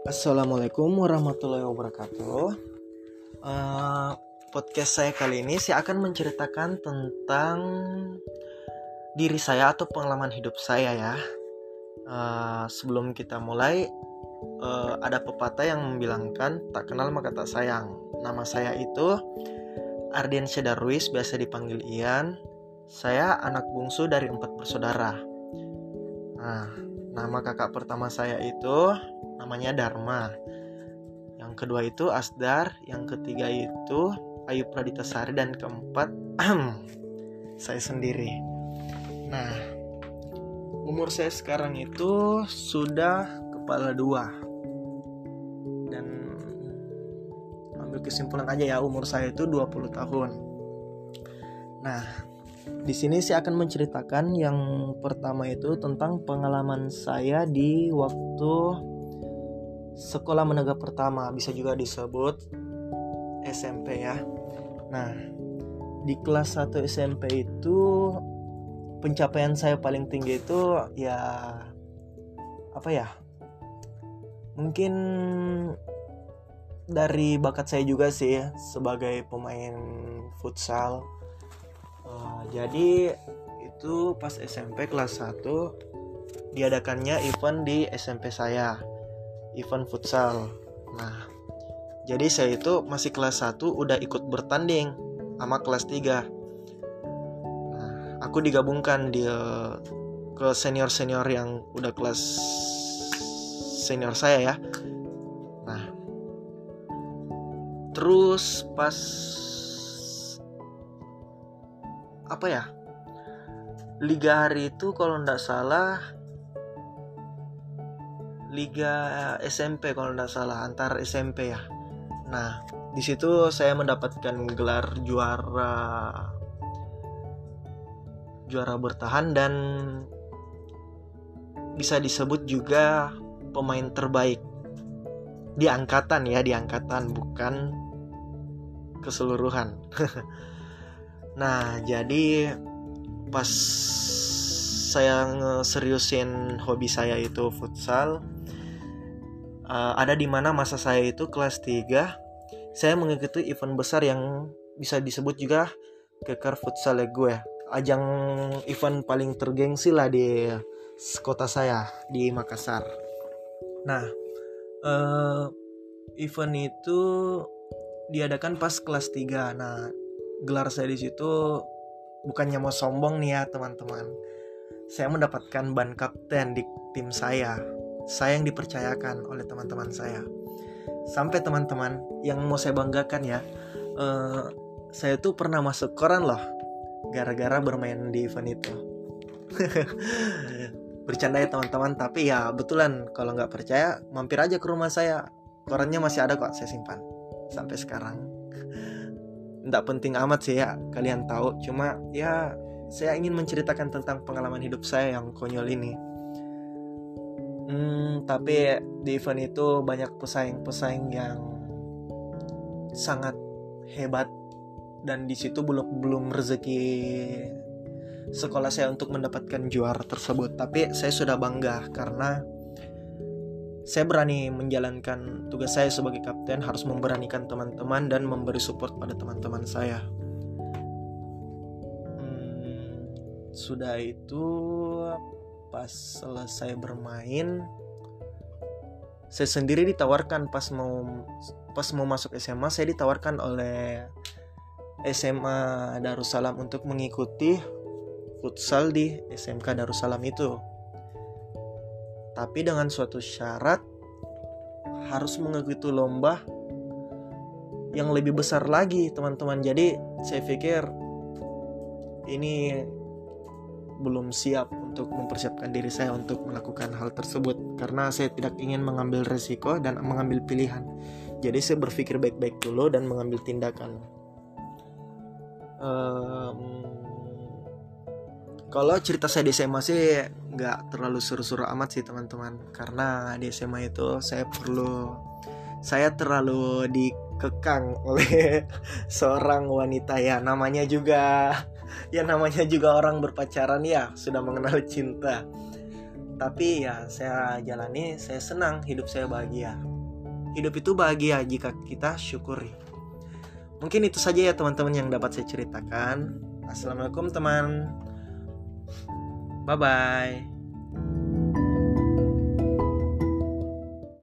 Assalamualaikum warahmatullahi wabarakatuh. Podcast saya kali ini saya akan menceritakan tentang diri saya atau pengalaman hidup saya ya. Sebelum kita mulai, ada pepatah yang membilangkan tak kenal maka tak sayang. Nama saya itu Ardiansyah Darwis, biasa dipanggil Ian. Saya anak bungsu dari 4 bersaudara. Nama kakak pertama saya itu namanya Dharma. Yang kedua itu Asdar, yang ketiga itu Ayu Praditasari, dan keempat saya sendiri. Nah, umur saya sekarang itu sudah kepala 2. Dan ambil kesimpulan aja ya, umur saya itu 20 tahun. Nah, di sini saya akan menceritakan yang pertama itu tentang pengalaman saya di waktu sekolah menengah pertama, bisa juga disebut SMP ya. Nah, di kelas 1 SMP itu pencapaian saya paling tinggi itu mungkin dari bakat saya juga sih sebagai pemain futsal. Jadi itu pas SMP kelas 1 diadakannya event di SMP saya, event futsal. Nah, jadi saya itu masih kelas 1 udah ikut bertanding sama kelas 3. Nah, aku digabungkan ke senior-senior yang udah kelas senior saya ya. Nah, terus pas Liga hari itu kalau enggak salah Liga SMP kalau enggak salah, antar SMP ya. Nah, di situ saya mendapatkan gelar juara bertahan dan bisa disebut juga pemain terbaik di angkatan bukan keseluruhan. Nah, jadi pas saya ngeseriusin hobi saya itu futsal, ada di mana masa saya itu kelas 3, saya mengikuti event besar yang bisa disebut juga Keker Futsal League, ajang event paling tergengsi lah di kota saya di Makassar. Nah, event itu diadakan pas kelas 3. Nah, gelar saya di situ bukannya mau sombong nih ya teman-teman. Saya mendapatkan ban kapten di tim saya. Saya yang dipercayakan oleh teman-teman saya. Sampai teman-teman yang mau saya banggakan ya, saya tuh pernah masuk koran loh, gara-gara bermain di event itu. Bercanda ya teman-teman, tapi ya betulan. Kalau nggak percaya, mampir aja ke rumah saya. Korannya masih ada kok, saya simpan sampai sekarang. Nggak penting amat sih ya kalian tahu, cuma ya saya ingin menceritakan tentang pengalaman hidup saya yang konyol ini. Tapi di event itu banyak pesaing-pesaing yang sangat hebat, dan di situ belum rezeki sekolah saya untuk mendapatkan juara tersebut. Tapi saya sudah bangga karena saya berani menjalankan tugas saya sebagai kapten, harus memberanikan teman-teman dan memberi support pada teman-teman saya. Sudah itu pas selesai bermain, saya sendiri ditawarkan pas mau masuk SMA, saya ditawarkan oleh SMA Darussalam untuk mengikuti futsal di SMK Darussalam itu. Tapi dengan suatu syarat, harus mengikuti lomba yang lebih besar lagi teman-teman. Jadi saya pikir ini belum siap untuk mempersiapkan diri saya untuk melakukan hal tersebut, karena saya tidak ingin mengambil resiko dan mengambil pilihan. Jadi saya berpikir baik-baik dulu dan mengambil tindakan. Kalau cerita saya di SMA sih nggak terlalu seru-seru amat sih teman-teman, karena di SMA itu saya terlalu dikekang oleh seorang wanita ya, namanya juga orang berpacaran ya, sudah mengenal cinta. Tapi ya saya jalani, saya senang, hidup saya bahagia. hidup itu bahagia jika kita syukuri. Mungkin itu saja ya teman-teman yang dapat saya ceritakan. Assalamualaikum teman. Bye-bye.